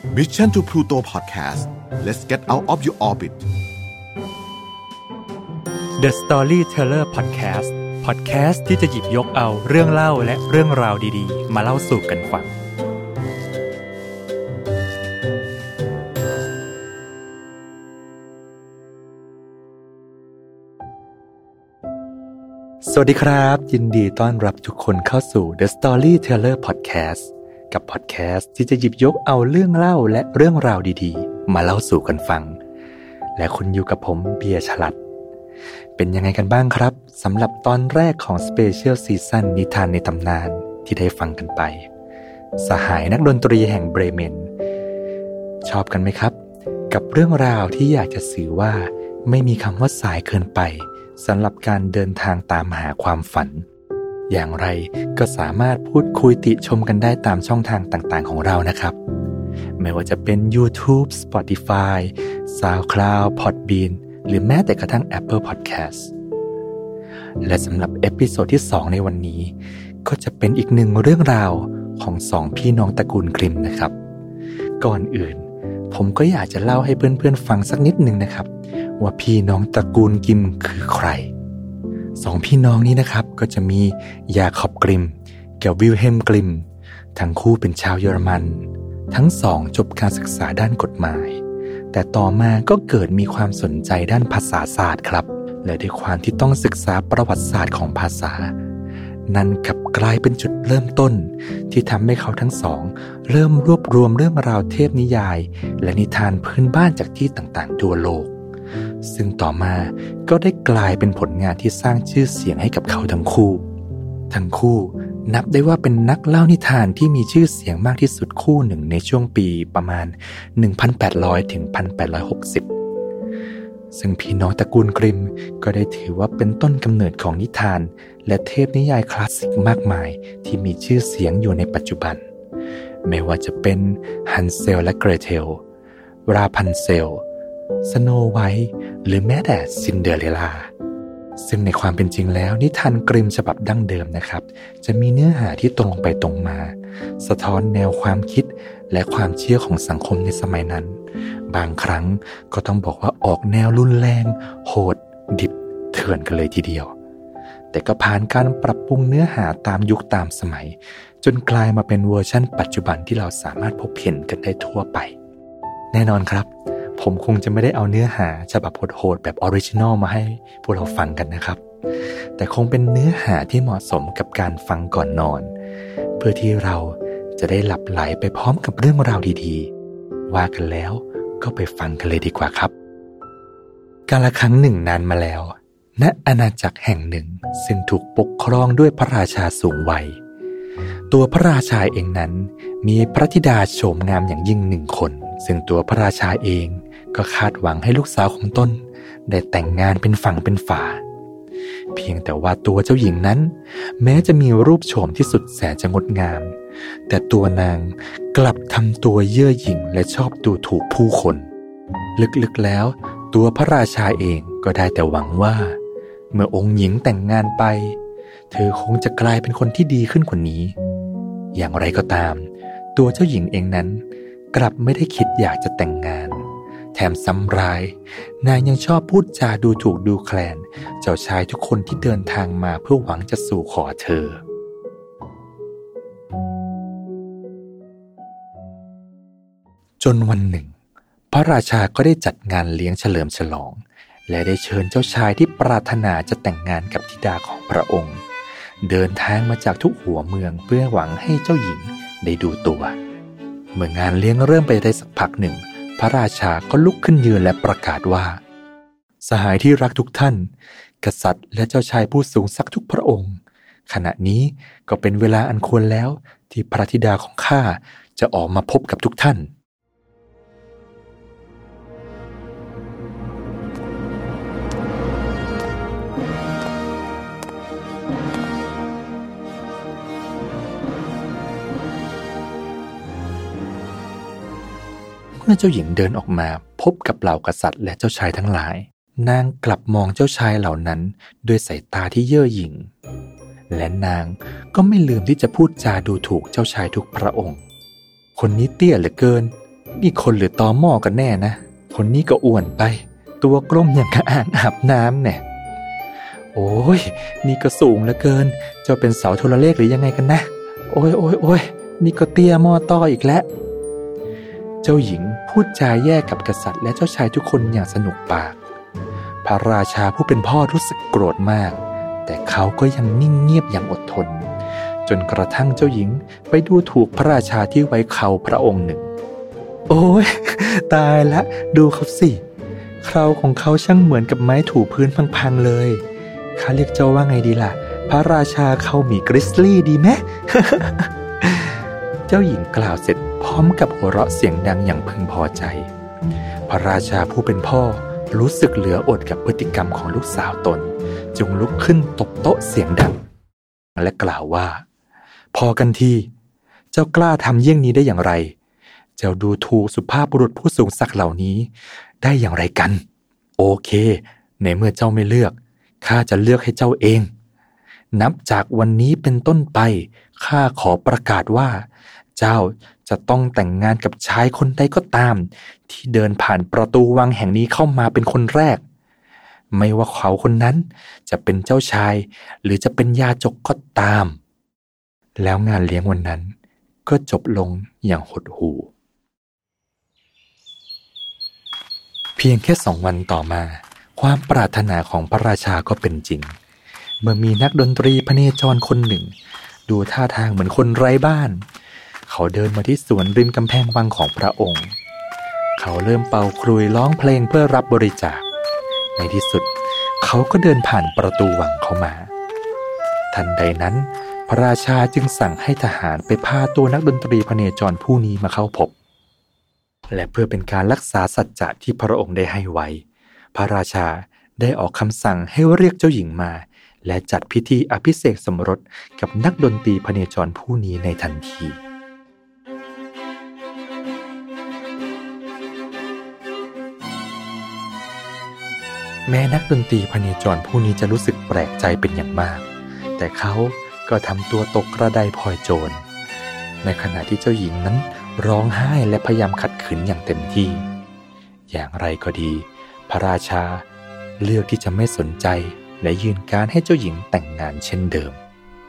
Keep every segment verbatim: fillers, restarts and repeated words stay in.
Mission to Pluto Podcast Let's get out of your orbit The Storyteller Podcast Podcast ที่จะหยิบยกเอาเรื่องเล่าและเรื่องราวดีๆมาเล่าสู่กันฟังสวัสดีครับยินดีต้อนรับทุกคนเข้าสู่ The Storyteller Podcast กับ podcast ที่จะหยิบยกเอาเรื่องเล่าและเรื่องราวดีๆมาเล่าสู่กันฟังและคุณอยู่กับผมเบียร์ฉลัดเป็นยังไงกันบ้างครับสำหรับตอนแรกของ Special Season นิทานในตำนานที่ได้ฟังกันไปสหายนักดนตรีแห่งเบรเมนชอบกันไหมครับกับเรื่องราวที่อยากจะสื่อว่าไม่มีคำว่าสายเกินไปสำหรับการเดินทางตามหาความฝันอย่างไรก็สามารถพูดคุยติชมกันได้ตามช่องทางต่างๆของเรานะครับไม่ว่าจะเป็น YouTube, Spotify, SoundCloud, Podbean หรือแม้แต่กระทั่ง Apple Podcast และสำหรับเอพิโซดที่สองในวันนี้ก็จะเป็นอีกหนึ่งเรื่องราวของสองพี่น้องตระกูลกริมนะครับก่อนอื่นผมก็อยากจะเล่าให้เพื่อนๆฟังสักนิดนึงนะครับว่าพี่น้องตระกูลกริมคือใครสองพี่น้องนี้นะครับก็จะมียาคอบกริมกับวิลเฮมกริมทั้งคู่เป็นชาวเยอรมันทั้งสองจบการศึกษาด้านกฎหมายแต่ต่อมาก็เกิดมีความสนใจด้านภาษาศาสตร์ครับและด้วยความที่ต้องศึกษาประวัติศาสตร์ของภาษานั่นกลับกลายเป็นจุดเริ่มต้นที่ทำให้เขาทั้งสองเริ่มรวบรวมเรื่องราวเทพนิยายและนิทานพื้นบ้านจากที่ต่างๆทั่วโลกซึ่งต่อมาก็ได้กลายเป็นผลงานที่สร้างชื่อเสียงให้กับเขาทั้งคู่ทั้งคู่นับได้ว่าเป็นนักเล่านิทานที่มีชื่อเสียงมากที่สุดคู่หนึ่งในช่วงปีประมาณ หนึ่งพันแปดร้อย ถึง หนึ่งพันแปดร้อยหกสิบ ซึ่งพี่น้องตระกูลกริมก็ได้ถือว่าเป็นต้นกำเนิดของนิทานและเทพนิยายคลาสสิกมากมายที่มีชื่อเสียงอยู่ในปัจจุบันไม่ว่าจะเป็นฮันเซลและเกรเทลราพันเซลสโนไวท์หรือแม้แต่ซินเดอเรลล่าซึ่งในความเป็นจริงแล้วนิทานกริมฉบับดั้งเดิมนะครับจะมีเนื้อหาที่ตรงไปตรงมาสะท้อนแนวความคิดและความเชื่อของสังคมในสมัยนั้นบางครั้งก็ต้องบอกว่าออกแนวรุนแรงโหดดิบเถื่อนกันเลยทีเดียวแต่ก็ผ่านการปรับปรุงเนื้อหาตามยุคตามสมัยจนกลายมาเป็นเวอร์ชั่นปัจจุบันที่เราสามารถพบเห็นกันได้ทั่วไปแน่นอนครับผมคงจะไม่ได้เอาเนื้อหาฉบับโหดๆแบบออริจินอลมาให้พวกเราฟังกันนะครับแต่คงเป็นเนื้อหาที่เหมาะสมกับการฟังก่อนนอนเพื่อที่เราจะได้หลับไหลไปพร้อมกับเรื่องราวดีๆว่ากันแล้วก็ไปฟังกันเลยดีกว่าครับกาลครั้งหนึ่งนานมาแล้วณอาณาจักรแห่งหนึ่งซึ่งถูกปกครองด้วยพระราชาสูงวัยตัวพระราชาเองนั้นมีพระธิดาโฉมงามอย่างยิ่งหนึ่งคนซึ่งตัวพระราชาเองก็คาดหวังให้ลูกสาวของตนได้แต่งงานเป็นฝั่งเป็นฝาเพียงแต่ว่าตัวเจ้าหญิงนั้นแม้จะมีรูปโฉมที่สุดแสนจะงดงามแต่ตัวนางกลับทำตัวเย่อหยิ่งและชอบดูถูกผู้คนลึกๆแล้วตัวพระราชาเองก็ได้แต่หวังว่าเมื่อองค์หญิงแต่งงานไปเธอคงจะกลายเป็นคนที่ดีขึ้นกว่านี้อย่างไรก็ตามตัวเจ้าหญิงเองนั้นกลับไม่ได้คิดอยากจะแต่งงานแถมซ้ำร้ายนางยังชอบพูดจาดูถูกดูแคลนเจ้าชายทุกคนที่เดินทางมาเพื่อหวังจะสู่ขอเธอจนวันหนึ่งพระราชาก็ได้จัดงานเลี้ยงเฉลิมฉลองและได้เชิญเจ้าชายที่ปรารถนาจะแต่งงานกับธิดาของพระองค์เดินทางมาจากทุกหัวเมืองเพื่อหวังให้เจ้าหญิงได้ดูตัวเมื่องานเลี้ยงเริ่มไปได้สักพักหนึ่งพระราชาก็ลุกขึ้นยืนและประกาศว่าสหายที่รักทุกท่านกษัตริย์และเจ้าชายผู้สูงศักดิ์ทุกพระองค์ขณะนี้ก็เป็นเวลาอันควรแล้วที่พระธิดาของข้าจะออกมาพบกับทุกท่านเมื่อเจ้าหญิงเดินออกมาพบกับเหล่ากษัตริย์และเจ้าชายทั้งหลายนางกลับมองเจ้าชายเหล่านั้นด้วยสายตาที่เย่อหยิ่งและนางก็ไม่ลืมที่จะพูดจาดูถูกเจ้าชายทุกพระองค์คนนี้เตี้ยเหลือเกินนี่คนหรือตอหม้อกันแน่นะคนนี้ก็อ้วนไปตัวกลมอย่างกระอ่างอาบน้ำเนี่ยโอ้ยนี่ก็สูงเหลือเกินเจ้าเป็นเสาโทรเลขหรือยังไงกันนะโอ้ยโอ้ยโอ้ยนี่ก็เตี้ยหม้อต้ออีกแล้วเจ้าหญิงพูดจาแย่กับกษัตริย์และเจ้าชายทุกคนอย่างสนุกปากพระราชาผู้เป็นพ่อรู้สึกโกรธมากแต่เขาก็ยังนิ่งเงียบอย่างอดทนจนกระทั่งเจ้าหญิงไปดูถูกพระราชาที่ไว้เคราพระองค์หนึ่งโอ้ยตายละดูเขาสิเคราของเขาช่างเหมือนกับไม้ถูพื้นพังๆเลยข้าเรียกเจ้าว่าไงดีล่ะพระราชาเขาหมีกริซลี่ดีไหม เจ้าหญิงกล่าวเสร็จพร้อมกับหัวเราะเสียงดังอย่างพึงพอใจพระราชาผู้เป็นพ่อรู้สึกเหลืออดกับพฤติกรรมของลูกสาวตนจึงลุกขึ้นตบโต๊ะเสียงดังและกล่าวว่าพอกันทีเจ้ากล้าทำเยี่ยงนี้ได้อย่างไรเจ้าดูถูกสุภาพบุรุษผู้สูงศักดิ์เหล่านี้ได้อย่างไรกันโอเคในเมื่อเจ้าไม่เลือกข้าจะเลือกให้เจ้าเองนับจากวันนี้เป็นต้นไปข้าขอประกาศว่าเจ้าจะต้องแต่งงานกับชายคนใดก็ตามที่เดินผ่านประตูวังแห่งนี้เข้ามาเป็นคนแรกไม่ว่าเขาคนนั้นจะเป็นเจ้าชายหรือจะเป็นยาจกก็ตามแล้วงานเลี้ยงวันนั้นก็จบลงอย่างหดหู่เพียงแค่สองวันต่อมาความปรารถนาของพระราชาก็เป็นจริงเมื่อมีนักดนตรีพเนจรคนหนึ่งดูท่าทางเหมือนคนไร้บ้านเขาเดินมาที่สวนริมกำแพงวังของพระองค์เขาเริ่มเป่าขลุ่ยร้องเพลงเพื่อรับบริจาคในที่สุดเขาก็เดินผ่านประตูวังเข้ามาทันใดนั้นพระราชาจึงสั่งให้ทหารไปพาตัวนักดนตรีพเนจรผู้นี้มาเข้าพบและเพื่อเป็นการรักษาสัจจะที่พระองค์ได้ให้ไว้พระราชาได้ออกคำสั่งให้เรียกเจ้าหญิงมาและจัดพิธีอภิเษกสมรสกับนักดนตรีพเนจรผู้นี้ในทันทีแม้นักดนตรีพเนจรผู้นี้จะรู้สึกแปลกใจเป็นอย่างมากแต่เขาก็ทำตัวตกกระไดพลอยโจรในขณะที่เจ้าหญิงนั้นร้องไห้และพยายามขัดขืนอย่างเต็มที่อย่างไรก็ดีพระราชาเลือกที่จะไม่สนใจและยืนการให้เจ้าหญิงแต่งงานเช่นเดิม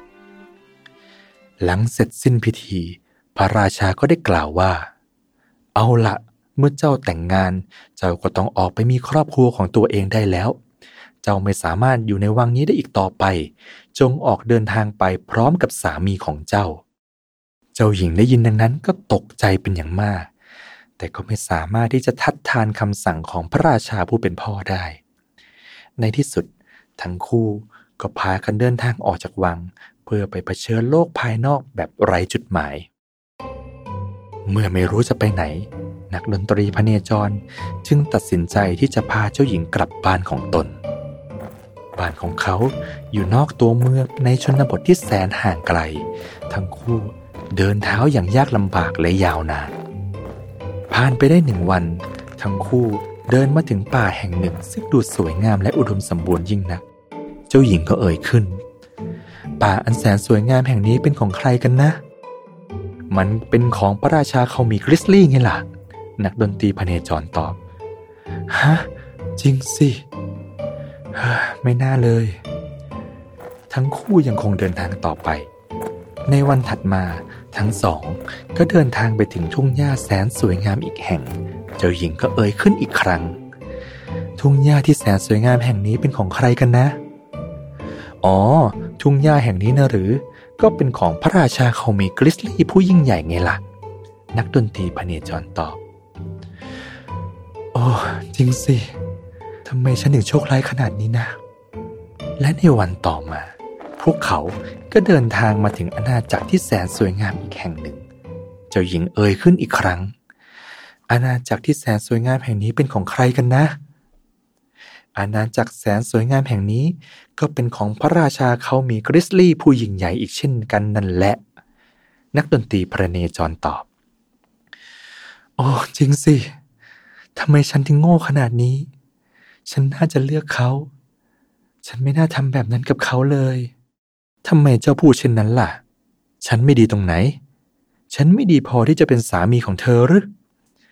หลังเสร็จสิ้นพิธีพระราชาก็ได้กล่าวว่าเอาละเมื่อเจ้าแต่งงานเจ้าก็ต้องออกไปมีครอบครัวของตัวเองได้แล้วเจ้าไม่สามารถอยู่ในวังนี้ได้อีกต่อไปจงออกเดินทางไปพร้อมกับสามีของเจ้าเจ้าหญิงได้ยินดังนั้นก็ตกใจเป็นอย่างมากแต่ก็ไม่สามารถที่จะทัดทานคำสั่งของพระราชาผู้เป็นพ่อได้ในที่สุดทั้งคู่ก็พากันเดินทางออกจากวังเพื่อไปเผชิญโลกภายนอกแบบไร้จุดหมายเมื่อไม่รู้จะไปไหนนักดนตรีพเนจรจึงตัดสินใจที่จะพาเจ้าหญิงกลับบ้านของตนบ้านของเขาอยู่นอกตัวเมืองในชนบทที่แสนห่างไกลทั้งคู่เดินเท้าอย่างยากลำบากและยาวนานผ่านไปได้หนึ่งวันทั้งคู่เดินมาถึงป่าแห่งหนึ่งซึ่งดูสวยงามและอุดมสมบูรณ์ยิ่งนักเจ้าหญิงก็เอ่ยขึ้นป่าอันแสนสวยงามแห่งนี้เป็นของใครกันนะมันเป็นของพระราชาเขามีกริซลี่ไงล่ะนักดนตรีพเนจรตอบฮะจริงสิไม่น่าเลยทั้งคู่ยังคงเดินทางต่อไปในวันถัดมาทั้งสองก็เดินทางไปถึงทุ่งหญ้าแสนสวยงามอีกแห่งเจ้าหญิงก็เอ่ยขึ้นอีกครั้งทุ่งหญ้าที่แสนสวยงามแห่งนี้เป็นของใครกันนะอ๋อทุ่งหญ้าแห่งนี้นะหรือก็เป็นของพระราชาเขามีกริซลี่ผู้ยิ่งใหญ่ไงล่ะนักดนตรีพเนจรตอบโอ้จริงสิทำไมฉันถึงโชคร้ายขนาดนี้นะและในวันต่อมาพวกเขาก็เดินทางมาถึงอาณาจักรที่แสนสวยงามอีกแห่งหนึ่งเจ้าหญิงเอ่ยขึ้นอีกครั้งอาณาจักรที่แสนสวยงามแห่งนี้เป็นของใครกันนะอาณาจักรแสนสวยงามแห่งนี้ก็เป็นของพระราชาเขามีกริซลี่ผู้ยิ่งใหญ่อีกเช่นกันนั่นแหละนักดนตรีพเนจรตอบโอ้จริงสิทำไมฉันถึงโง่ขนาดนี้ฉันน่าจะเลือกเขาฉันไม่น่าทำแบบนั้นกับเขาเลยทำไมเจ้าพูดเช่นนั้นล่ะฉันไม่ดีตรงไหนฉันไม่ดีพอที่จะเป็นสามีของเธอหรือ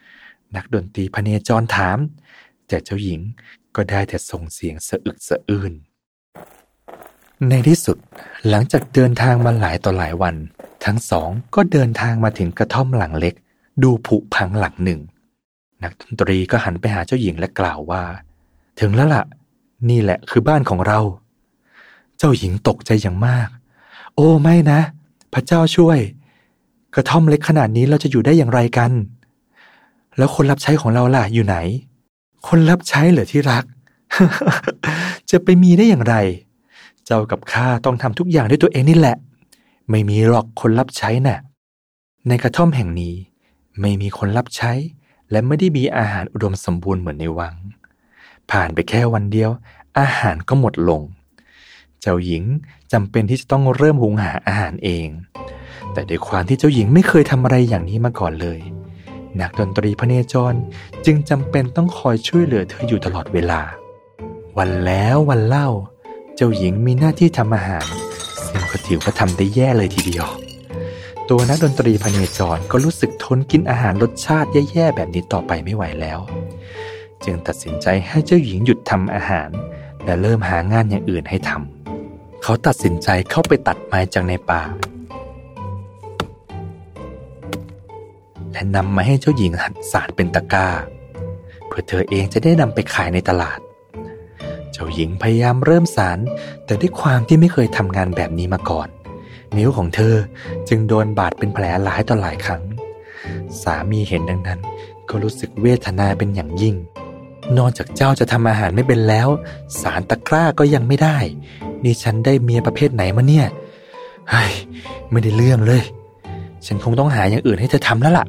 นักดนตรีพเนจรถามแต่เจ้าหญิงก็ได้แต่ส่งเสียงสะอึกสะอื้นในที่สุดหลังจากเดินทางมาหลายต่อหลายวันทั้งสองก็เดินทางมาถึงกระท่อมหลังเล็กดูผุพังหลังหนึ่งนักดนตรีก็หันไปหาเจ้าหญิงและกล่าวว่าถึงแล้วล่ะนี่แหละคือบ้านของเราเจ้าหญิงตกใจอย่างมากโอ้ไม่นะพระเจ้าช่วยกระท่อมเล็กขนาดนี้เราจะอยู่ได้อย่างไรกันแล้วคนรับใช้ของเราล่ะอยู่ไหนคนรับใช้เหรอที่รัก จะไปมีได้อย่างไรเจ้ากับข้าต้องทำทุกอย่างด้วยตัวเองนี่แหละไม่มีหรอกคนรับใช้น่ะในกระท่อมแห่งนี้ไม่มีคนรับใช้และไม่ได้มีอาหารอุดมสมบูรณ์เหมือนในวังผ่านไปแค่วันเดียวอาหารก็หมดลงเจ้าหญิงจำเป็นที่จะต้องเริ่มหุงหาอาหารเองแต่ด้วยความที่เจ้าหญิงไม่เคยทำอะไรอย่างนี้มาก่อนเลยนักดนตรีพเนจรจึงจำเป็นต้องคอยช่วยเหลือเธออยู่ตลอดเวลาวันแล้ววันเล่าเจ้าหญิงมีหน้าที่ทำอาหารซึ่งก็ถือว่าทำได้แย่เลยทีเดียวตัวนักดนตรีพเนจรก็รู้สึกทนกินอาหารรสชาติแย่ๆแบบนี้ต่อไปไม่ไหวแล้วจึงตัดสินใจให้เจ้าหญิงหยุดทำอาหารและเริ่มหางานอย่างอื่นให้ทำเขาตัดสินใจเข้าไปตัดไม้จากในป่าและนำมาให้เจ้าหญิงหั่นสารเป็นตะกร้าเพื่อเธอเองจะได้นำไปขายในตลาดเจ้าหญิงพยายามเริ่มสารแต่ด้วยความที่ไม่เคยทำงานแบบนี้มาก่อนนิ้วของเธอจึงโดนบาดเป็นแผลหลายต่อหลายครั้งสามีเห็นดังนั้นก็รู้สึกเวทนาเป็นอย่างยิ่งนอกจากเจ้าจะทำอาหารไม่เป็นแล้วสารตะกร้าก็ยังไม่ได้นี่ฉันได้เมียประเภทไหนมาเนี่ยเฮ้ยไม่ได้เรื่องเลยฉันคงต้องหาอย่างอื่นให้เธอทำแล้วล่ะ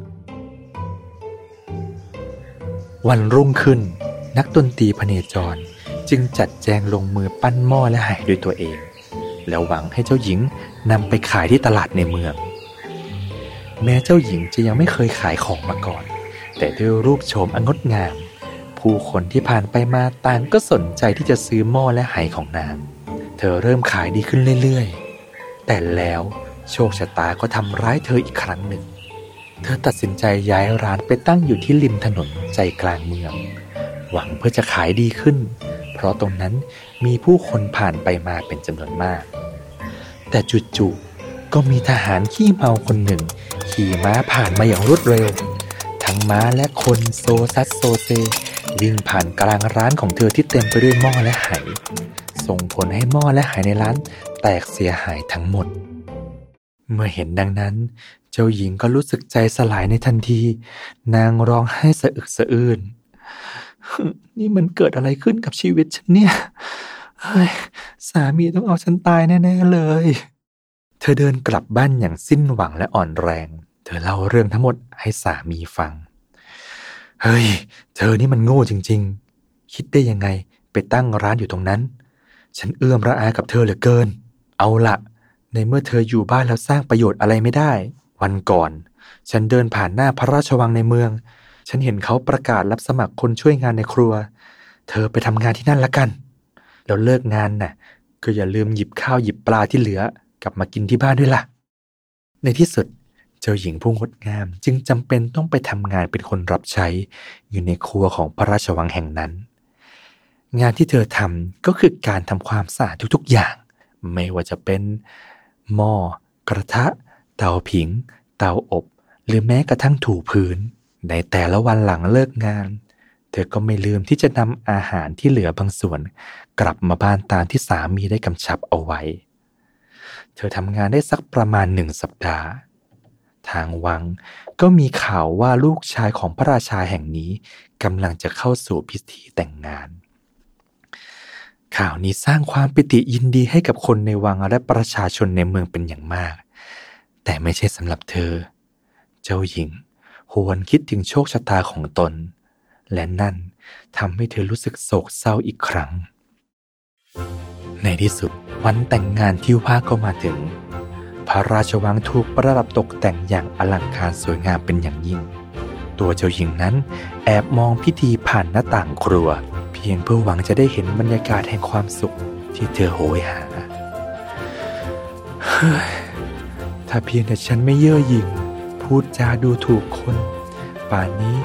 วันรุ่งขึ้นนักดนตรีพเนจรจึงจัดแจงลงมือปั้นหม้อและไหด้วยตัวเองแล้วหวังให้เจ้าหญิงนำไปขายที่ตลาดในเมืองแม้เจ้าหญิงจะยังไม่เคยขายของมาก่อนแต่ด้วยรูปโฉมอันงดงามผู้คนที่ผ่านไปมาต่างก็สนใจที่จะซื้อหม้อและไหของนางเธอเริ่มขายดีขึ้นเรื่อยๆแต่แล้วโชคชะตาก็ทำร้ายเธออีกครั้งหนึ่งเธอตัดสินใจย้ายร้านไปตั้งอยู่ที่ริมถนนใจกลางเมืองหวังเพื่อจะขายดีขึ้นเพราะตรงนั้นมีผู้คนผ่านไปมาเป็นจำนวนมากแต่จู่ๆก็มีทหารขี้เมาคนหนึ่งขี่ม้าผ่านมาอย่างรวดเร็วทั้งม้าและคนโซซัดโซเซวิ่งผ่านกลางร้านของเธอที่เต็มไปด้วยหม้อและไหส่งผลให้หม้อและไหในร้านแตกเสียหายทั้งหมดเมื่อเห็นดังนั้นเจ้าหญิงก็รู้สึกใจสลายในทันทีนางร้องไห้สะอึกสะอื้นนี่มันเกิดอะไรขึ้นกับชีวิตฉันเนี่ยเฮ้ยสามีต้องเอาฉันตายแน่ๆเลยเธอเดินกลับบ้านอย่างสิ้นหวังและอ่อนแรงเธอเล่าเรื่องทั้งหมดให้สามีฟังเฮ้ยเธอนี่มันโง่จริงๆคิดได้ยังไงไปตั้งร้านอยู่ตรงนั้นฉันเอื้อมระอากับเธอเหลือเกินเอาละในเมื่อเธออยู่บ้านแล้วสร้างประโยชน์อะไรไม่ได้วันก่อนฉันเดินผ่านหน้าพระราชวังในเมืองฉันเห็นเขาประกาศรับสมัครคนช่วยงานในครัวเธอไปทำงานที่นั่นละกันแล้วเลิกงานน่ะก็อย่าลืมหยิบข้าวหยิบปลาที่เหลือกลับมากินที่บ้านด้วยล่ะในที่สุดเจ้าหญิงผู้งดงามจึงจำเป็นต้องไปทำงานเป็นคนรับใช้อยู่ในครัวของพระราชวังแห่งนั้นงานที่เธอทำก็คือการทำความสะอาดทุกๆอย่างไม่ว่าจะเป็นหม้อกระทะเตาผิงเตาอบหรือแม้กระทั่งถูพื้นในแต่ละวันหลังเลิกงานเธอก็ไม่ลืมที่จะนำอาหารที่เหลือบางส่วนกลับมาบ้านตามที่สามีได้กำชับเอาไว้เธอทำงานได้สักประมาณหนึ่งสัปดาห์ทางวังก็มีข่าวว่าลูกชายของพระราชาแห่งนี้กำลังจะเข้าสู่พิธีแต่งงานข่าวนี้สร้างความปิติยินดีให้กับคนในวังและประชาชนในเมืองเป็นอย่างมากแต่ไม่ใช่สำหรับเธอเจ้าหญิงหวนคิดถึงโชคชะตาของตนและนั่นทำให้เธอรู้สึกโศกเศร้าอีกครั้งในที่สุดวันแต่งงานที่ว่าก็มาถึงพระราชวังถูกประดับตกแต่งอย่างอลังการสวยงามเป็นอย่างยิ่งตัวเจ้าหญิงนั้นแอบมองพิธีผ่านหน้าต่างครัวเพียงเพื่อหวังจะได้เห็นบรรยากาศแห่งความสุขที่เธอโหยหาถ้าเพียงแต่ฉันไม่เย่อหยิ่งพูดจาดูถูกคนป่านนี้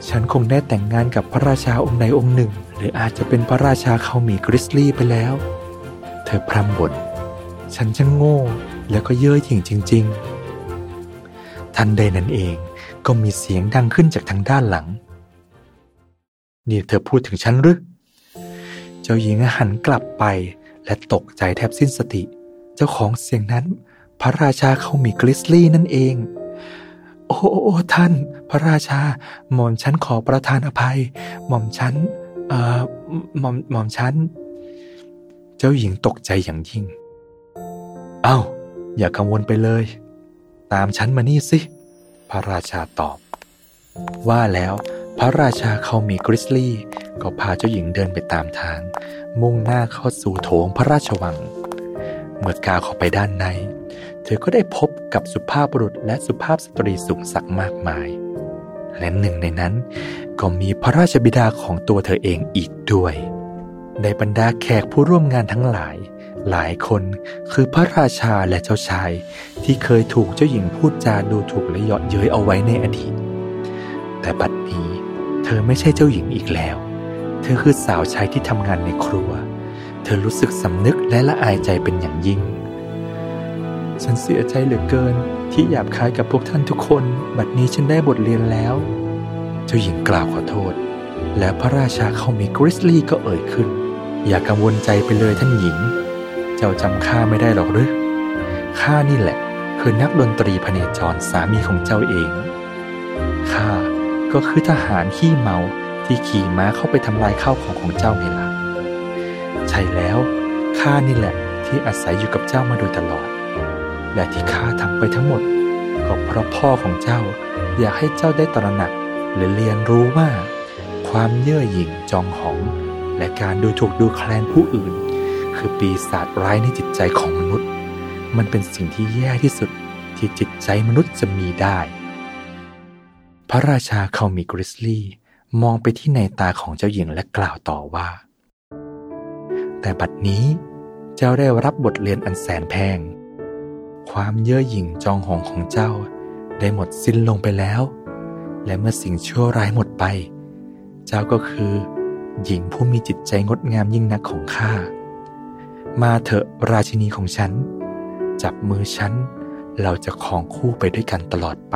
ฉันคงได้แต่งงานกับพระราชาองค์ใดองค์หนึ่งหรืออาจจะเป็นพระราชาเขาหมีกริซลี่ไปแล้วเธอพร่ำบ่นฉันช่างโง่แล้วก็เย่อหยิ่งจริงๆทันใดนั้นเองก็มีเสียงดังขึ้นจากทางด้านหลังนี่เธอพูดถึงฉันหรือเจ้าหญิงหันกลับไปและตกใจแทบสิ้นสติเจ้าของเสียงนั้นพระราชาเขาหมีกริซลี่นั่นเองโอ้โอ้ท่านพระราชาหม่อมฉันขอประทานอภัยหม่อมฉันเอ่อหม่อมหม่อมฉันเจ้าหญิงตกใจอย่างยิ่งเอ้าอย่ากังวลไปเลยตามฉันมานี่สิพระราชาตอบว่าแล้วพระราชาเขาหมีกริซลี่ก็พาเจ้าหญิงเดินไปตามทางมุ่งหน้าเข้าสู่โถงพระราชวังเมื่อก้าวเข้าไปด้านในเธอก็ได้พบกับสุภาพบุรุษและสุภาพสตรีสูงศักดิ์มากมายและหนึ่งในนั้นก็มีพระราชบิดาของตัวเธอเองอีกด้วยในบรรดาแขกผู้ร่วมงานทั้งหลายหลายคนคือพระราชาและเจ้าชายที่เคยถูกเจ้าหญิงพูดจาดูถูกและเยาะเย้ยเอาไว้ในอดีตแต่บัดนี้เธอไม่ใช่เจ้าหญิงอีกแล้วเธอคือสาวใช้ที่ทำงานในครัวเธอรู้สึกสำนึกและละอายใจเป็นอย่างยิ่งฉันเสียใจเหลือเกินที่หยาบคายกับพวกท่านทุกคนบัดนี้ฉันได้บทเรียนแล้วเจ้าหญิงกล่าวขอโทษและพระราชาเขาหมีกริซลี่ก็เอ่ยขึ้นอย่ากังวลใจไปเลยท่านหญิงเจ้าจำข้าไม่ได้หรอกหรือข้านี่แหละคือนักดนตรีพเนจรสามีของเจ้าเองข้าก็คือทหารขี้เมาที่ขี่ม้าเข้าไปทำลายข้าวของของเจ้าไงล่ะใช่แล้วข้านี่แหละที่อาศัยอยู่กับเจ้ามาโดยตลอดและที่ข้าทำไปทั้งหมดก็เพราะพ่อของเจ้าอยากให้เจ้าได้ตระหนักหรือเรียนรู้ว่าความเย่อหยิ่งจองหองและการดูถูกดูแคลนผู้อื่นคือปีศาจร้ายในจิตใจของมนุษย์มันเป็นสิ่งที่แย่ที่สุดที่จิตใจมนุษย์จะมีได้พระราชาเขาหมีกริซลี่มองไปที่ในตาของเจ้าหญิงและกล่าวต่อว่าแต่บัดนี้เจ้าได้รับบทเรียนอันแสนแพงความเย่อหยิ่งจองหองของเจ้าได้หมดสิ้นลงไปแล้วและเมื่อสิ่งชั่วร้ายหมดไปเจ้าก็คือหญิงผู้มีจิตใจงดงามยิ่งนักของข้ามาเถอะราชินีของฉันจับมือฉันเราจะครองคู่ไปด้วยกันตลอดไป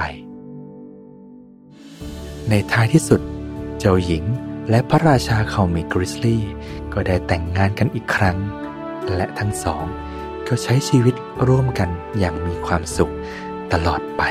ในท้ายที่สุดเจ้าหญิงและพระราชาเขาหมีกริซลี่ก็ได้แต่งงานกันอีกครั้งและทั้งสองก็ใช้ชีวิตร่วมกันอย่างมีความสุขตลอดไป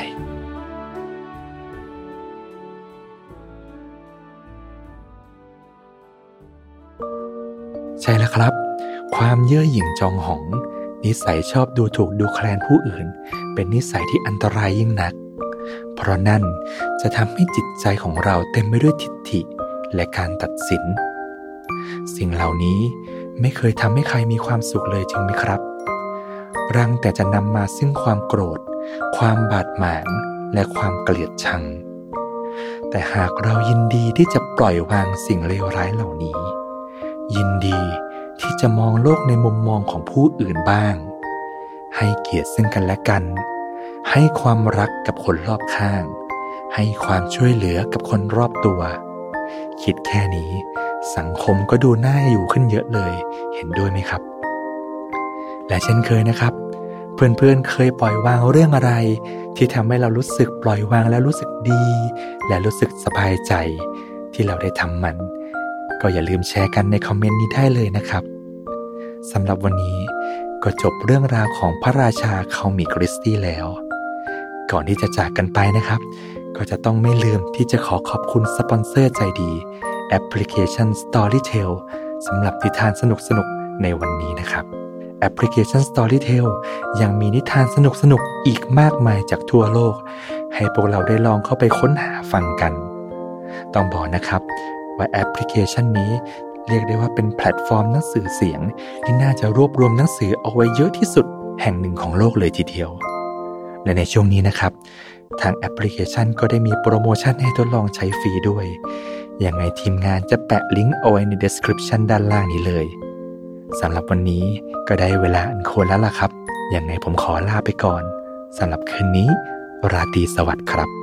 ใช่แล้วครับความเย่อหยิ่งจองหองนิสัยชอบดูถูกดูแคลนผู้อื่นเป็นนิสัยที่อันตรายยิ่งนักเพราะนั่นจะทำให้จิตใจของเราเต็มไปด้วยทิฐิและการตัดสินสิ่งเหล่านี้ไม่เคยทำให้ใครมีความสุขเลยจริงไหมครับรังแต่จะนำมาซึ่งความโกรธความบาดหมางและความเกลียดชังแต่หากเรายินดีที่จะปล่อยวางสิ่งเลวร้ายเหล่านี้ยินดีที่จะมองโลกในมุมมองของผู้อื่นบ้างให้เกียรติซึ่งกันและกันให้ความรักกับคนรอบข้างให้ความช่วยเหลือกับคนรอบตัวคิดแค่นี้สังคมก็ดูน่าอยู่ขึ้นเยอะเลยเห็นด้วยไหมครับและเช่นเคยนะครับเพื่อนๆเคยปล่อยวางเรื่องอะไรที่ทำให้เรารู้สึกปล่อยวางแล้วรู้สึกดีและรู้สึกสบายใจที่เราได้ทำมันก็อย่าลืมแชร์กันในคอมเมนต์นี้ได้เลยนะครับสำหรับวันนี้ก็จบเรื่องราวของพระราชาเขาหมีกริซลี่แล้วก่อนที่จะจากกันไปนะครับก็จะต้องไม่ลืมที่จะขอขอบคุณสปอนเซอร์ใจดีแอปพลิเคชัน Storytel สำหรับนิทานสนุกๆในวันนี้นะครับแอปพลิเคชัน Storytel ยังมีนิทานสนุกๆอีกมากมายจากทั่วโลกให้พวกเราได้ลองเข้าไปค้นหาฟังกันต้องบอกนะครับว่าแอปพลิเคชันนี้เรียกได้ว่าเป็นแพลตฟอร์มหนังสือเสียงที่น่าจะรวบรวมหนังสือเอาไว้เยอะที่สุดแห่งหนึ่งของโลกเลยทีเดียวและในช่วงนี้นะครับทางแอปพลิเคชันก็ได้มีโปรโมชั่นให้ทดลองใช้ฟรีด้วยยังไงทีมงานจะแปะลิงก์เอาไว้ใน description ด้านล่างนี้เลยสำหรับวันนี้ก็ได้เวลาอันควรแล้วล่ะครับยังไงผมขอลาไปก่อนสำหรับคืนนี้ราตรีสวัสดิ์ครับ